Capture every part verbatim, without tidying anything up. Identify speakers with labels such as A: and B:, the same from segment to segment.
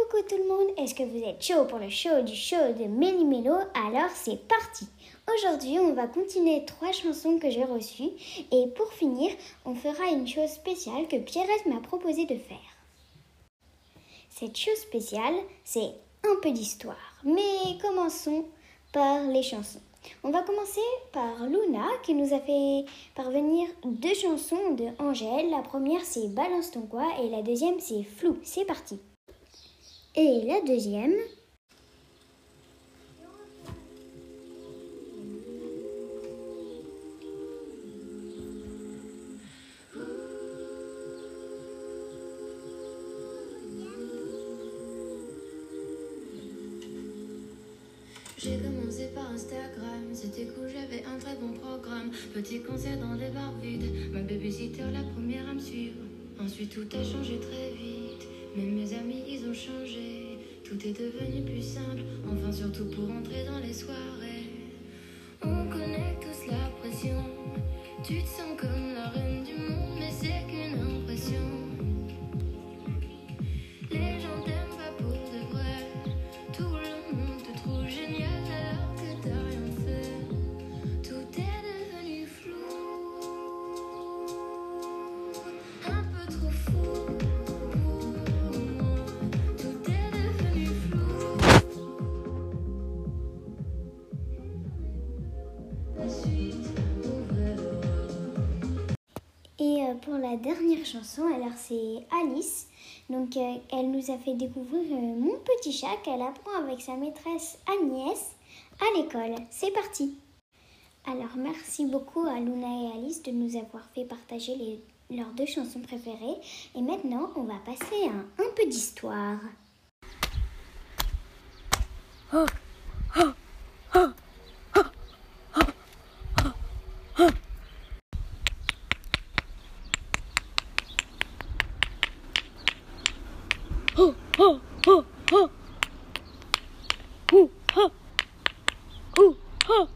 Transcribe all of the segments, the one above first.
A: Coucou tout le monde, est-ce que vous êtes chaud pour le show du show de Méli-Mélo? Alors c'est parti. Aujourd'hui on va continuer trois chansons que j'ai reçues et pour finir on fera une chose spéciale que Pierrette m'a proposé de faire. Cette chose spéciale c'est un peu d'histoire, mais commençons par les chansons. On va commencer par Luna qui nous a fait parvenir deux chansons de Angèle. La première c'est Balance ton quoi et la deuxième c'est Flou. C'est parti. Et la deuxième,
B: j'ai commencé par Instagram, c'était cool, j'avais un très bon programme. Petit concert dans des bars vides, ma babysitter la première à me suivre. Ensuite tout a changé très vite, même mes amis ils ont changé. Tout est devenu plus simple, enfin surtout pour entrer dans les soirées. On connaît tous la pression, tu te sens comme la reine du monde, mais c'est qu'une impression. Les gens t'aiment pas pour de vrai, tout le monde te trouve génial alors que t'as rien fait. Tout est devenu flou, un peu trop fou pour moi. Tout est devenu flou. La suite,
A: et euh, pour la dernière chanson, alors c'est Alice. Donc euh, elle nous a fait découvrir euh, Mon petit chat qu'elle apprend avec sa maîtresse Agnès à l'école. C'est parti. Alors merci beaucoup à Luna et Alice de nous avoir fait partager les, leurs deux chansons préférées. Et maintenant on va passer à un, un peu d'histoire.
C: Oh, oh, oh, oh, oh, oh, oh. Oh, oh, oh, oh. Ouh, oh. Ouh, oh.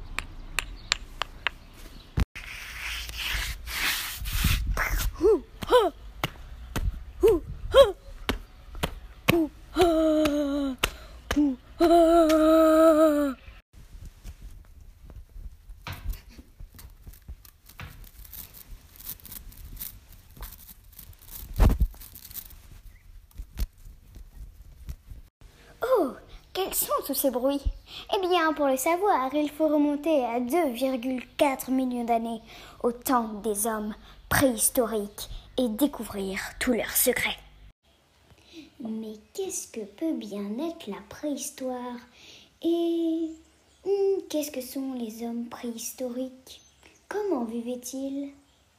C: Ouh, oh. Ouh, oh. Ouh, oh. Ouh, oh.
A: Oh, quels sont tous ces bruits? Eh bien, pour le savoir, il faut remonter à deux virgule quatre millions d'années, au temps des hommes préhistoriques, et découvrir tous leurs secrets. Mais qu'est-ce que peut bien être la préhistoire? Et hmm, qu'est-ce que sont les hommes préhistoriques? Comment vivaient-ils?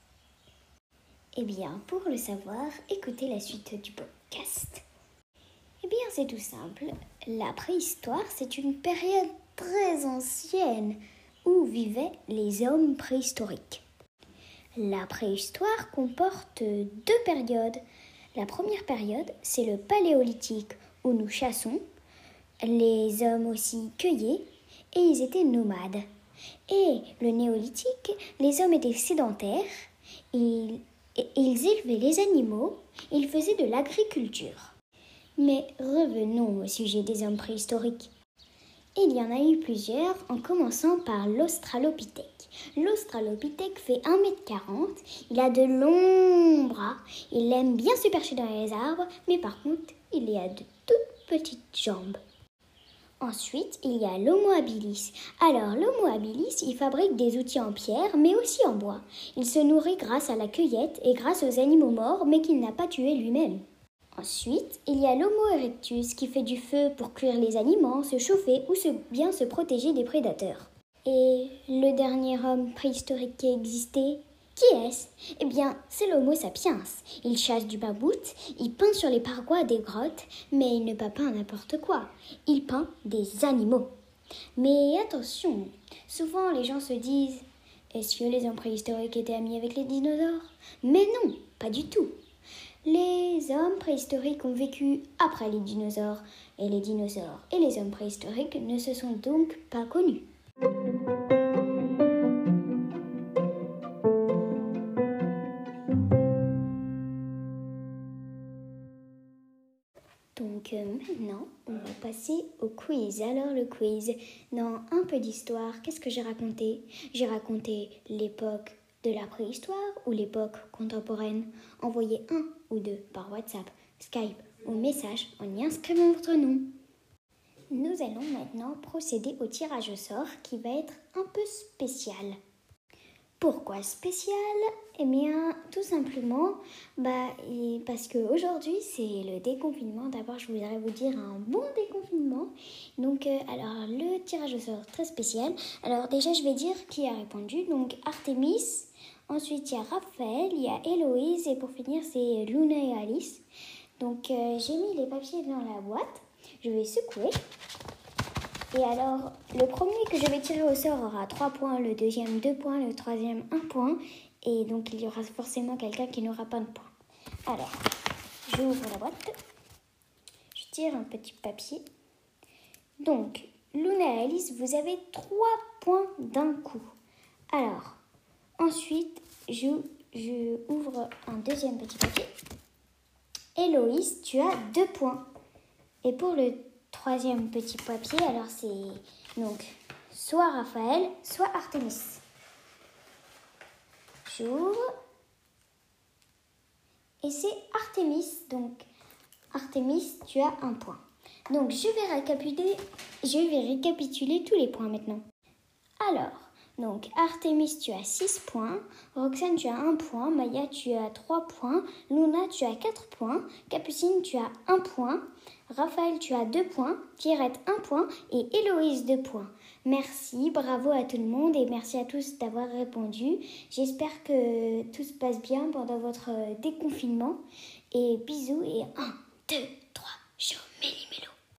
A: Eh bien, pour le savoir, écoutez la suite du podcast. Eh bien, c'est tout simple. La préhistoire, c'est une période très ancienne où vivaient les hommes préhistoriques. La préhistoire comporte deux périodes. La première période, c'est le paléolithique où nous chassons. Les hommes aussi cueillaient et ils étaient nomades. Et le néolithique, les hommes étaient sédentaires, ils, ils élevaient les animaux, ils faisaient de l'agriculture. Mais revenons au sujet des hommes préhistoriques. Il y en a eu plusieurs, en commençant par l'Australopithèque. L'Australopithèque fait un mètre quarante, il a de longs bras, il aime bien se percher dans les arbres, mais par contre, il a de toutes petites jambes. Ensuite, il y a l'Homo habilis. Alors, l'Homo habilis, il fabrique des outils en pierre, mais aussi en bois. Il se nourrit grâce à la cueillette et grâce aux animaux morts, mais qu'il n'a pas tués lui-même. Ensuite, il y a l'Homo erectus qui fait du feu pour cuire les aliments, se chauffer ou se, bien se protéger des prédateurs. Et le dernier homme préhistorique qui a existé, qui est-ce? Eh bien, c'est l'Homo sapiens. Il chasse du mammouth, il peint sur les parois des grottes, mais il ne peint pas n'importe quoi. Il peint des animaux. Mais attention, souvent les gens se disent « Est-ce que les hommes préhistoriques étaient amis avec les dinosaures ?» Mais non, pas du tout. Les hommes préhistoriques ont vécu après les dinosaures, et les dinosaures et les hommes préhistoriques ne se sont donc pas connus. Donc euh, maintenant, on va passer au quiz. Alors le quiz, dans un peu d'histoire, qu'est-ce que j'ai raconté? J'ai raconté l'époque de la préhistoire ou l'époque contemporaine. Envoyez un ou deux par WhatsApp, Skype ou message en y inscrivant votre nom. Nous allons maintenant procéder au tirage au sort qui va être un peu spécial. Pourquoi spécial? Eh bien, tout simplement, bah, parce qu'aujourd'hui, c'est le déconfinement. D'abord, je voudrais vous dire un bon déconfinement. Donc, euh, alors, le tirage au sort très spécial. Alors, déjà, je vais dire qui a répondu. Donc, Artemis. Ensuite, il y a Raphaël, il y a Héloïse. Et pour finir, c'est Luna et Alice. Donc, euh, j'ai mis les papiers dans la boîte. Je vais secouer. Et alors, le premier que je vais tirer au sort aura trois points, le deuxième deux points, le troisième un point. Et donc, il y aura forcément quelqu'un qui n'aura pas de points. Alors, j'ouvre la boîte. Je tire un petit papier. Donc, Luna et Alice, vous avez trois points d'un coup. Alors, ensuite, je, je ouvre un deuxième petit papier. Héloïse, tu as deux points. Et pour le troisième petit papier, alors c'est donc soit Raphaël, soit Artemis. J'ouvre. Et c'est Artemis. Donc, Artemis, tu as un point. Donc, je vais récapituler, je vais récapituler tous les points maintenant. Alors, donc Artemis, tu as six points. Roxane, tu as un point. Maya, tu as trois points. Luna, tu as quatre points. Capucine, tu as un point. Raphaël, tu as deux points. Pierrette, un point. Et Héloïse, deux points. Merci, bravo à tout le monde et merci à tous d'avoir répondu. J'espère que tout se passe bien pendant votre déconfinement. Et bisous et un, deux,